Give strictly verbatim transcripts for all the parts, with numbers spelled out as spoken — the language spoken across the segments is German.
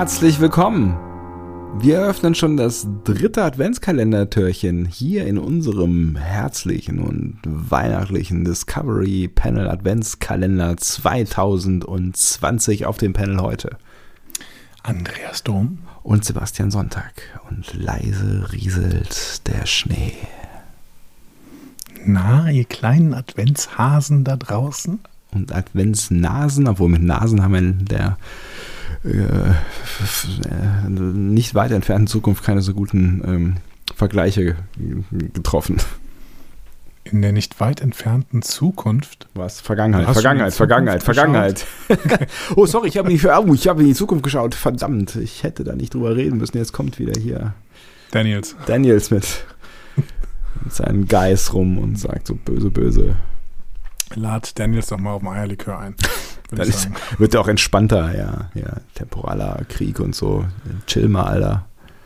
Herzlich willkommen! Wir öffnen schon das dritte Adventskalender-Türchen hier in unserem herzlichen und weihnachtlichen Discovery Panel Adventskalender zwanzig zwanzig auf dem Panel heute. Andreas Dom und Sebastian Sonntag. Und leise rieselt der Schnee. Na, ihr kleinen Adventshasen da draußen? Und Adventsnasen, obwohl mit Nasen haben wir in der äh, nicht weit entfernten Zukunft keine so guten ähm, Vergleiche getroffen. In der nicht weit entfernten Zukunft? Was? Vergangenheit, Vergangenheit, Vergangenheit, Vergangenheit. Oh, sorry, ich habe oh, hab in die Zukunft geschaut. Verdammt, ich hätte da nicht drüber reden müssen. Jetzt kommt wieder hier Daniels. Daniels mit, mit seinen Geist rum und sagt so böse, böse. Lad Daniels doch mal auf dem Eierlikör ein. Dann ist, wird er auch entspannter, ja, ja. Temporaler Krieg und so. Chill mal, Alter.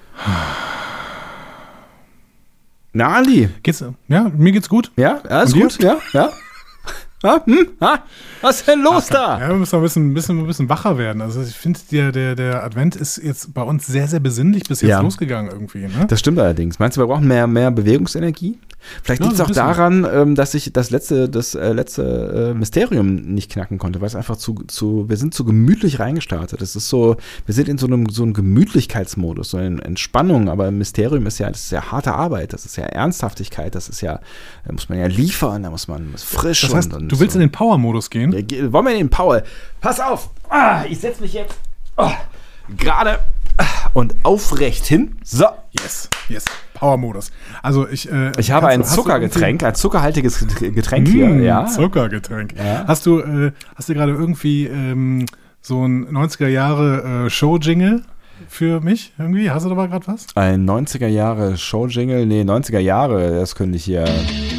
Na, Ali. Geht's? Ja, mir geht's gut. Ja, alles gut, ja, ja. Ah, hm? ah, was ist denn los Ach, da? Ja, wir müssen ein bisschen, ein bisschen, ein bisschen wacher werden. Also ich finde, der, der, der Advent ist jetzt bei uns sehr, sehr besinnlich bis jetzt ja. losgegangen irgendwie. Ne? Das stimmt allerdings. Meinst du, wir brauchen mehr, mehr Bewegungsenergie? Vielleicht ja, liegt es auch daran, dass ich das letzte, das letzte Mysterium nicht knacken konnte, weil es einfach zu, zu, wir sind zu gemütlich reingestartet. Es ist so, wir sind in so einem, so einem Gemütlichkeitsmodus, so eine Entspannung, aber Mysterium ist ja, das ist ja harte Arbeit, das ist ja Ernsthaftigkeit, das ist ja, da muss man ja liefern, da muss man frisch. Das heißt, und, und du willst so in den Power-Modus gehen? Ja, wollen wir in den Power? Pass auf! Ah, ich setze mich jetzt oh, gerade und aufrecht hin. So. Yes, yes. Power-Modus. Also ich, äh, ich habe ein Zuckergetränk, ein zuckerhaltiges Getränk hier. Mmh, ja. Zuckergetränk. Ja. Hast du, äh, hast du gerade irgendwie ähm, so ein neunziger Jahre äh, Show-Jingle für mich? Irgendwie? Hast du da mal gerade was? Ein neunziger Jahre Show-Jingle? Nee, neunziger Jahre, das könnte ich hier.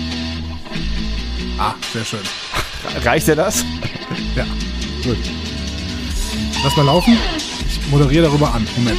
Ah, sehr schön. Reicht dir das? Ja. Gut. Lass mal laufen. Ich moderiere darüber an. Moment.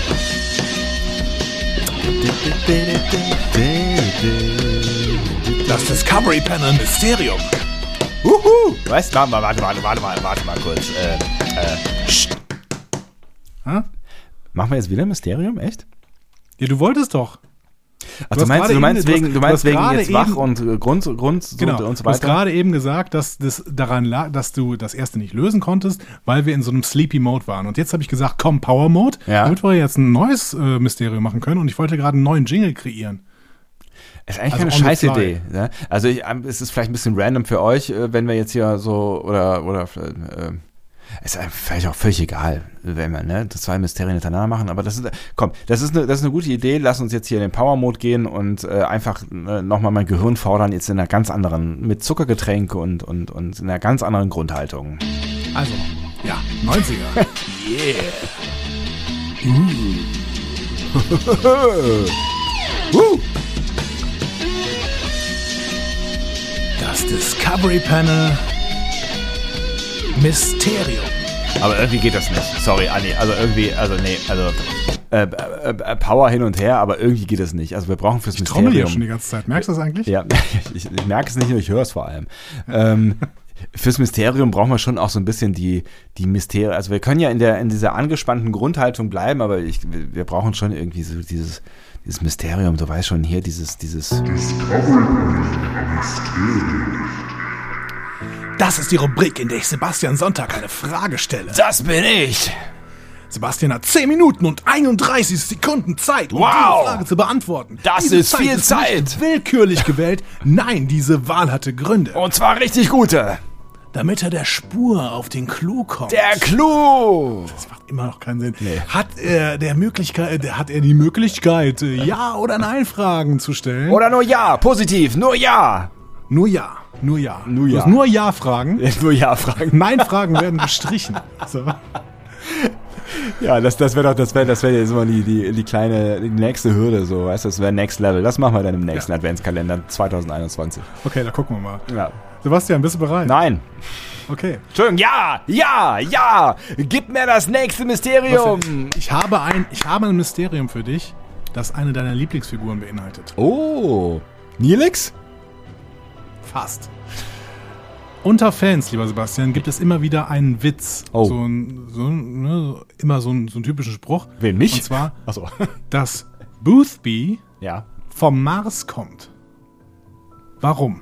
Das Discovery Panel Mysterium. Uhu! Weißt du, warte mal, warte, warte, warte mal, warte mal kurz. Äh, äh, Psst. Hm? Machen wir jetzt wieder Mysterium? Echt? Ja, du wolltest doch. Ach, du, du meinst, du meinst wegen, du, du meinst wegen jetzt eben, wach und äh, Grund, Grund so genau, und so weiter? Du hast gerade eben gesagt, dass das daran lag, dass du das erste nicht lösen konntest, weil wir in so einem Sleepy Mode waren. Und jetzt habe ich gesagt, komm, Power Mode, ja. damit wir jetzt ein neues äh, Mysterium machen können. Und ich wollte gerade einen neuen Jingle kreieren. Ist eigentlich also keine scheiß Idee. Ne? Also ich, es ist vielleicht ein bisschen random für euch, wenn wir jetzt hier so oder oder äh, ist vielleicht auch völlig egal, wenn wir ne, das zwei Mysterien hintereinander machen, aber das ist, komm, das ist eine, das ist eine gute Idee. Lass uns jetzt hier in den Power-Mode gehen und äh, einfach äh, nochmal mein Gehirn fordern, jetzt in einer ganz anderen, mit Zuckergetränk und, und, und in einer ganz anderen Grundhaltung. Also, ja, neunziger. Yeah. uh. uh. Das Discovery Panel Mysterium. Aber irgendwie geht das nicht. Sorry, Anni. Also irgendwie, also nee, also äh, äh, Power hin und her, aber irgendwie geht das nicht. Also wir brauchen fürs ich Mysterium. Ich trommel ja schon die ganze Zeit. Merkst du das eigentlich? Ja, ich, ich merke es nicht nur, ich höre es vor allem. ähm, fürs Mysterium brauchen wir schon auch so ein bisschen die, die Mysterien. Also wir können ja in der in dieser angespannten Grundhaltung bleiben, aber ich, wir brauchen schon irgendwie so dieses, dieses Mysterium. Du weißt schon hier, dieses, dieses. Das ist die Rubrik, in der ich Sebastian Sonntag eine Frage stelle. Das bin ich. Sebastian hat zehn Minuten und einunddreißig Sekunden Zeit, um wow. diese Frage zu beantworten. Das diese ist Zeit viel ist Zeit. Nicht willkürlich gewählt. Nein, diese Wahl hatte Gründe. Und zwar richtig gute. Damit er der Spur auf den Clou kommt. Der Clou! Das macht immer noch keinen Sinn. Nee. Hat er der Möglichkeit, hat er die Möglichkeit, Ja- oder Nein-Fragen zu stellen? Oder nur Ja, positiv, nur Ja. Nur Ja, nur Ja. Nur Ja. Ja. Nur Ja-Fragen. Nur Ja-Fragen. Nein-Fragen werden gestrichen. So. Ja, das, das wäre doch, das wäre, das wäre jetzt immer die, die, die kleine, die nächste Hürde, so, weißt du, das wäre Next Level. Das machen wir dann im nächsten ja. Adventskalender zwanzig einundzwanzig. Okay, da gucken wir mal. Ja. Sebastian, bist du bereit? Nein. Okay. Entschuldigung, ja, ja, ja, gib mir das nächste Mysterium. Ich habe ein, ich habe ein Mysterium für dich, das eine deiner Lieblingsfiguren beinhaltet. Oh, Nilix? Fast. Unter Fans, lieber Sebastian, gibt es immer wieder einen Witz. Oh. So ein, so ein, ne, immer so, ein, so einen typischen Spruch. Wen, mich? Und zwar, Ach so. dass Boothby Ja. vom Mars kommt. Warum?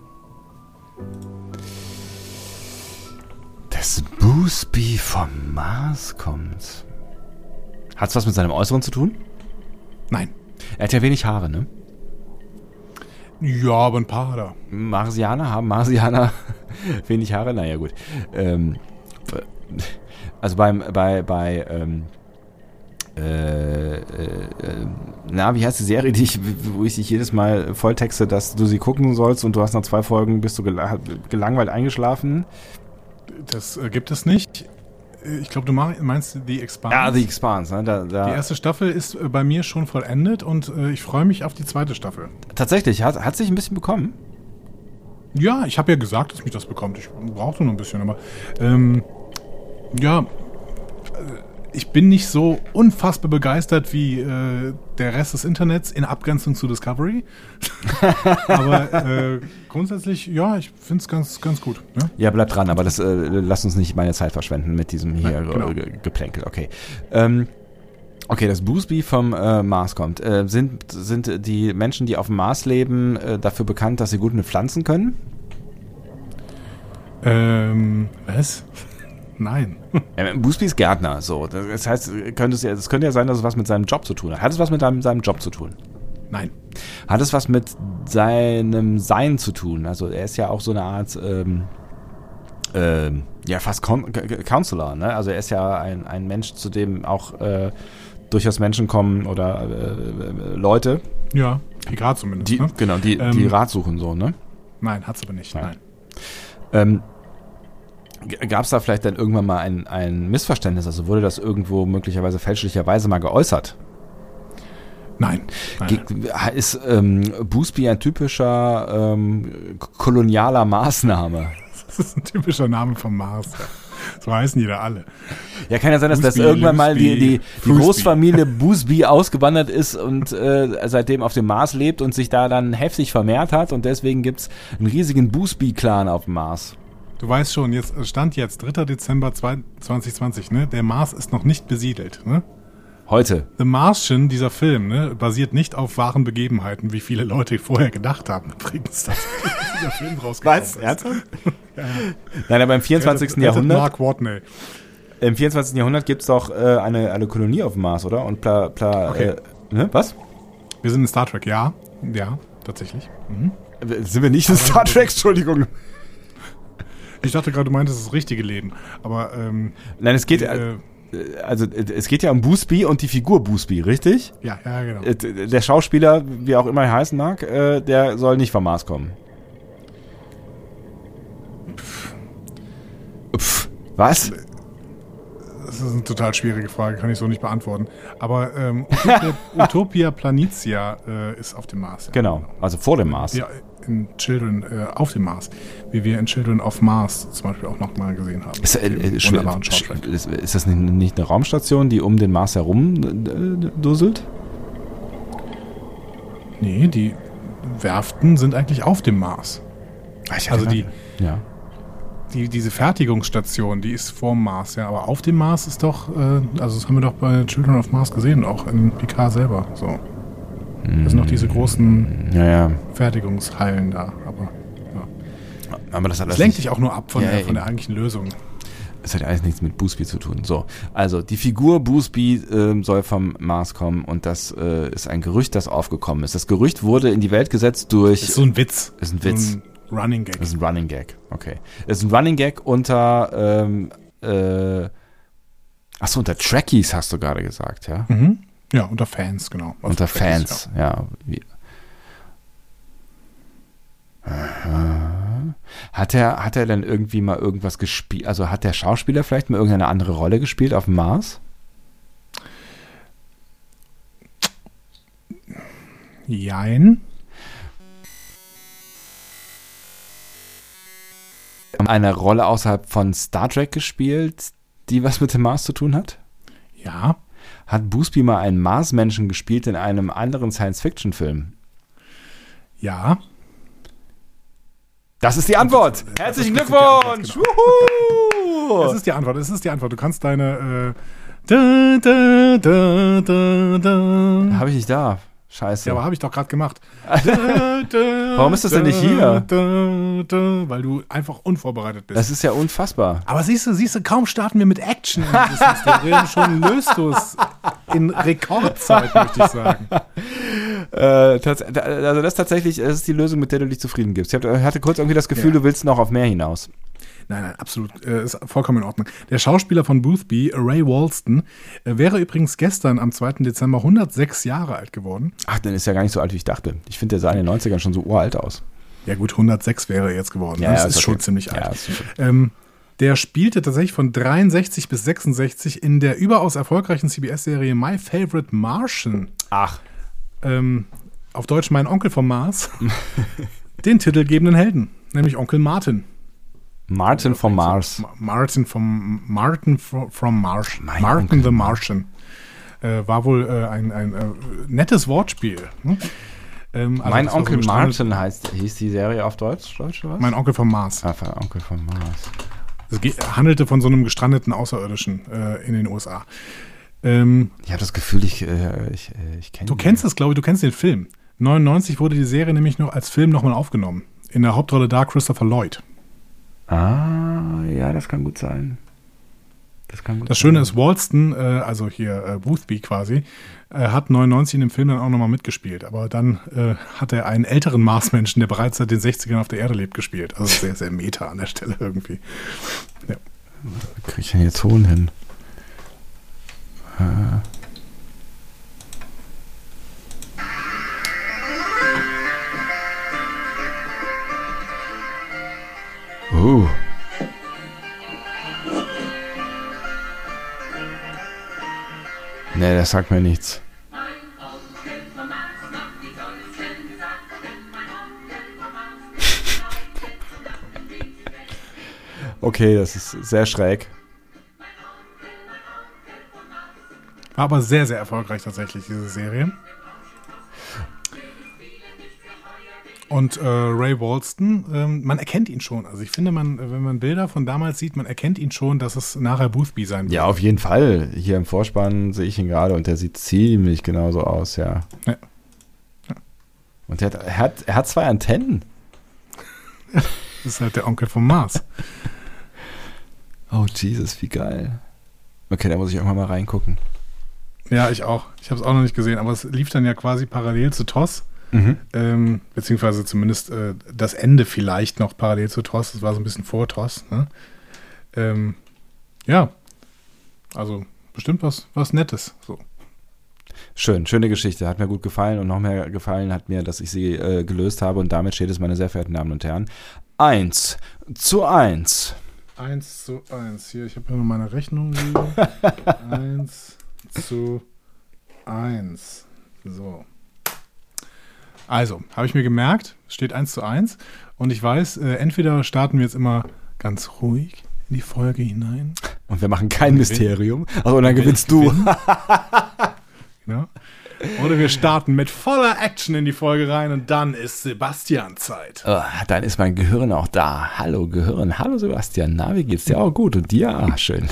Dass Boothby vom Mars kommt. Hat's was mit seinem Äußeren zu tun? Nein. Er hat ja wenig Haare, ne? Ja, aber ein paar da. Marsianer haben Marsianer wenig Haare? Naja, gut. Ähm, also beim, bei, bei, ähm, äh, äh, na, wie heißt die Serie, die ich, wo ich dich jedes Mal volltexte, dass du sie gucken sollst und du hast nach zwei Folgen, bist du gel- gelangweilt eingeschlafen? Das äh, gibt es nicht. Ich glaube, du meinst The Expanse. Ja, The Expanse. Ne? Da, da Die erste Staffel ist äh, bei mir schon vollendet und äh, ich freue mich auf die zweite Staffel. Tatsächlich, hat, hat sich ein bisschen bekommen. Ja, ich habe ja gesagt, dass mich das bekommt. Ich brauchte nur ein bisschen, aber ähm, ja, äh, ich bin nicht so unfassbar begeistert wie äh, der Rest des Internets in Abgrenzung zu Discovery. Aber äh, grundsätzlich, ja, ich finde es ganz, ganz gut. Ne? Ja, bleib dran, aber das äh, lass uns nicht meine Zeit verschwenden mit diesem hier Ja, genau. äh, Geplänkel. Okay. Ähm, okay, dass Boothby vom äh, Mars kommt. Äh, sind, sind die Menschen, die auf dem Mars leben, äh, dafür bekannt, dass sie gut mit Pflanzen können? Ähm, was? Nein. Ja, Boothby ist Gärtner, so. Das heißt, könnte es ja, das könnte ja sein, dass es was mit seinem Job zu tun hat. Hat es was mit seinem, seinem Job zu tun? Nein. Hat es was mit seinem Sein zu tun? Also er ist ja auch so eine Art, ähm, ähm, ja fast Con- Counselor, ne? Also er ist ja ein, ein Mensch, zu dem auch äh, durchaus Menschen kommen oder äh, äh, Leute. Ja, wie gerade zumindest. Die, ne? Genau, die, Ähm, die Rat suchen, so, ne? Nein, hat's aber nicht. Nein. Nein. Ähm, Gab es da vielleicht dann irgendwann mal ein, ein Missverständnis? Also wurde das irgendwo möglicherweise fälschlicherweise mal geäußert? Nein. Nein. Ge- Ist ähm, Boothby ein typischer ähm, kolonialer Maßnahme? Das ist ein typischer Name vom Mars. Ja. So heißen die da alle. Ja, kann ja sein, dass das Boothby, irgendwann mal die, die, die Boothby. Großfamilie Boothby ausgewandert ist und äh, seitdem auf dem Mars lebt und sich da dann heftig vermehrt hat und deswegen gibt's einen riesigen Boothby-Clan auf dem Mars. Du weißt schon, jetzt Stand jetzt, dritter Dezember zwanzig zwanzig, ne? Der Mars ist noch nicht besiedelt, ne? Heute. The Martian, dieser Film, ne, basiert nicht auf wahren Begebenheiten, wie viele Leute vorher gedacht haben. Übrigens, dass dieser Film rausgekommen ist. Ernsthaft? Ja, ja. Nein, aber im vierundzwanzigsten. Jahrhundert, Mark Watney. im vierundzwanzigsten. Jahrhundert gibt's doch äh, eine, eine Kolonie auf dem Mars, oder? Und Pla, Pla, Okay. äh, ne? Was? Wir sind in Star Trek, ja. Ja, tatsächlich. Mhm. Sind wir nicht in Star Trek? Entschuldigung. Ich dachte gerade, du meintest das richtige Leben. Aber, ähm, Nein, es geht, äh, also es geht ja um Boothby und die Figur Boothby, richtig? ja, ja, genau. Äh, Der Schauspieler, wie auch immer er heißen mag, äh, der soll nicht vom Mars kommen. Pff. Was? Das ist eine total schwierige Frage, kann ich so nicht beantworten. Aber ähm, Utopia, Utopia Planitia äh, ist auf dem Mars. Ja. Genau, also vor dem Mars. Ja, in Children äh, auf dem Mars. Wie wir in Children of Mars zum Beispiel auch nochmal gesehen haben. Ist, äh, Dem äh, wunderbaren sch- Soundtrack. ist, ist das nicht- nicht eine Raumstation, die um den Mars herum äh, dusselt? Nee, die Werften sind eigentlich auf dem Mars. Also die, Ja. die, diese Fertigungsstation, die ist vorm Mars, ja. Aber auf dem Mars ist doch, äh, also das haben wir doch bei Children of Mars gesehen, auch in Picard selber. So. Das sind noch diese großen Ja, ja. Fertigungshallen da. Aber Aber das hat das alles lenkt nicht, dich auch nur ab von, Ja, der, ja, von der eigentlichen Lösung. das hat alles nichts mit Boothby zu tun. So, also die Figur Boothby ähm, soll vom Mars kommen und das äh, ist ein Gerücht, das aufgekommen ist. Das Gerücht wurde in die Welt gesetzt durch... Das ist so ein Witz. Ist ein Witz. So ein Running Gag. Das ist ein Running Gag, okay. Das ist ein Running Gag unter, ähm, äh, achso, unter Trekkies hast du gerade gesagt, ja? Mhm. Ja, unter Fans, genau. Also Unter Trekkies, Fans, ja. Wie. Aha. Hat er, hat er denn irgendwie mal irgendwas gespielt, also hat der Schauspieler vielleicht mal irgendeine andere Rolle gespielt auf dem Mars? Ja. Jein. Eine Rolle außerhalb von Star Trek gespielt, die was mit dem Mars zu tun hat? Ja. Hat Boothby mal einen Marsmenschen gespielt in einem anderen Science-Fiction-Film? Ja. Das ist die Antwort. Das, das Herzlichen ist Glückwunsch. Antwort, genau. Das ist die Antwort. Das ist die Antwort. Du kannst deine äh, da, da, da, da, da. Habe ich nicht da. Scheiße. Ja, aber habe ich doch gerade gemacht. da, da, Warum ist das denn nicht hier? Da, da, weil du einfach unvorbereitet bist. Das ist ja unfassbar. Aber siehst du, siehst du, kaum starten wir mit Action in dieses Mysterium, schon löst du es in Rekordzeit, möchte ich sagen. Äh, tats- also das ist tatsächlich, das ist die Lösung, mit der du dich zufrieden gibst. Ich hatte kurz irgendwie das Gefühl, ja. du willst noch auf mehr hinaus. Nein, nein, absolut. Äh, ist vollkommen in Ordnung. Der Schauspieler von Boothby, Ray Walston, äh, wäre übrigens gestern am zweiten Dezember hundertsechs Jahre alt geworden. Ach, dann ist ja gar nicht so alt, wie ich dachte. Ich finde, der sah in den neunzigern schon so uralt aus. Ja gut, hundertsechs wäre er jetzt geworden. Ja, das ja, ist, ist okay. schon ziemlich alt. Ja, ist schon. Ähm, der spielte tatsächlich von dreiundsechzig bis sechsundsechzig in der überaus erfolgreichen C B S-Serie My Favorite Martian. Ach. Ähm, auf Deutsch Mein Onkel vom Mars. Den titelgebenden Helden, nämlich Onkel Martin. Martin vom Mars. Martin vom Martin from Mars. Mein Martin Onkel. the Martian. Äh, war wohl äh, ein, ein äh, nettes Wortspiel. Hm? Ähm, also mein Onkel so Martin heißt, hieß die Serie auf Deutsch, Deutsch oder was? Mein Onkel vom Mars. Ah, mein Onkel vom Mars. Es ge- handelte von so einem gestrandeten Außerirdischen äh, in den U S A. Ähm, Ich habe das Gefühl, ich, äh, ich, äh, ich kenne du kennst es, glaube ich, du kennst den Film. neunundneunzig wurde die Serie nämlich noch als Film nochmal aufgenommen. In der Hauptrolle da Christopher Lloyd. Ah, ja, das kann gut sein. Das kann gut Das sein. Schöne ist, Walston, äh, also hier äh, Boothby quasi, äh, hat neunundneunzig in dem Film dann auch nochmal mitgespielt. Aber dann äh, hat er einen älteren Marsmenschen, der bereits seit den sechzigern auf der Erde lebt, gespielt. Also sehr, sehr meta an der Stelle irgendwie. Ja. Wie krieg ich denn jetzt Ton hin? Äh. Uh. Nee, das sagt mir nichts. Okay, das ist sehr schräg. War aber sehr, sehr erfolgreich tatsächlich, diese Serie. Und äh, Ray Walston, ähm, man erkennt ihn schon. Also ich finde, man, wenn man Bilder von damals sieht, man erkennt ihn schon, dass es nachher Boothby sein wird. Ja, auf jeden Fall. Hier im Vorspann sehe ich ihn gerade und der sieht ziemlich genauso aus, ja. Ja. Ja. Und er hat, er, hat, er hat zwei Antennen. Das ist halt der Onkel vom Mars. Oh, Jesus, wie geil. Okay, da muss ich irgendwann mal reingucken. Ja, ich auch. Ich habe es auch noch nicht gesehen, aber es lief dann ja quasi parallel zu T O S. Mhm. Ähm, beziehungsweise zumindest äh, das Ende vielleicht noch parallel zu T O S. Das war so ein bisschen vor T O S. Ne? Ähm, ja, also bestimmt was, was Nettes. So. Schön, schöne Geschichte. Hat mir gut gefallen und noch mehr gefallen hat mir, dass ich sie äh, gelöst habe und damit steht es, meine sehr verehrten Damen und Herren, eins zu eins. Eins zu eins. Hier, ich habe hier noch meine Rechnung. Eins zu eins. So. Also, habe ich mir gemerkt, es steht eins zu eins und ich weiß, äh, entweder starten wir jetzt immer ganz ruhig in die Folge hinein. Und wir machen kein Und Mysterium. Also, und dann gewinnst du. Genau. Oder wir starten mit voller Action in die Folge rein und dann ist Sebastian Zeit. Oh, dann ist mein Gehirn auch da. Hallo Gehirn, hallo Sebastian. Na, wie geht's dir? Auch gut. Und dir? Ah, schön.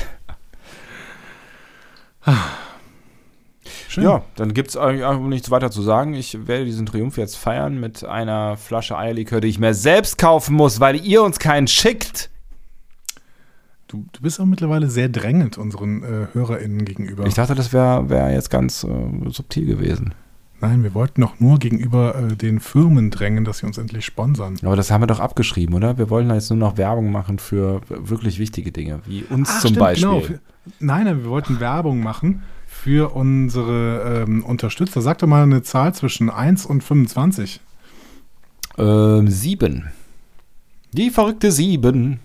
Schön. Ja, dann gibt es eigentlich auch nichts weiter zu sagen. Ich werde diesen Triumph jetzt feiern mit einer Flasche Eierlikör, die ich mir selbst kaufen muss, weil ihr uns keinen schickt. Du, du bist auch mittlerweile sehr drängend unseren äh, HörerInnen gegenüber. Ich dachte, das wäre wär jetzt ganz äh, subtil gewesen. Nein, wir wollten doch nur gegenüber äh, den Firmen drängen, dass sie uns endlich sponsern. Aber das haben wir doch abgeschrieben, oder? Wir wollen da jetzt nur noch Werbung machen für wirklich wichtige Dinge, wie uns Ach, zum stimmt, Beispiel. Genau. Für, nein, nein, wir wollten Werbung machen für unsere ähm, Unterstützer. Sag doch mal eine Zahl zwischen eins und fünfundzwanzig. Ähm, sieben. Die verrückte sieben.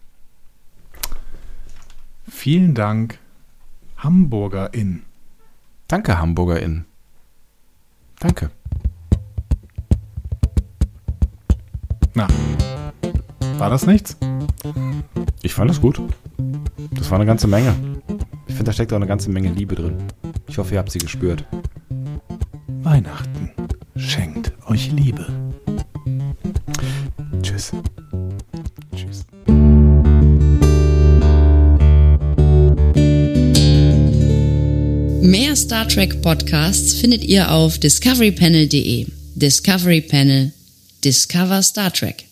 Vielen Dank, HamburgerIn. Danke, HamburgerIn. Danke. Na, war das nichts? Ich fand das gut. Das war eine ganze Menge. Ich finde, da steckt auch eine ganze Menge Liebe drin. Ich hoffe, ihr habt sie gespürt. Weihnachten schenkt euch Liebe. Tschüss. Mehr Star Trek Podcasts findet ihr auf discovery panel punkt de. Discovery Panel. Discover Star Trek.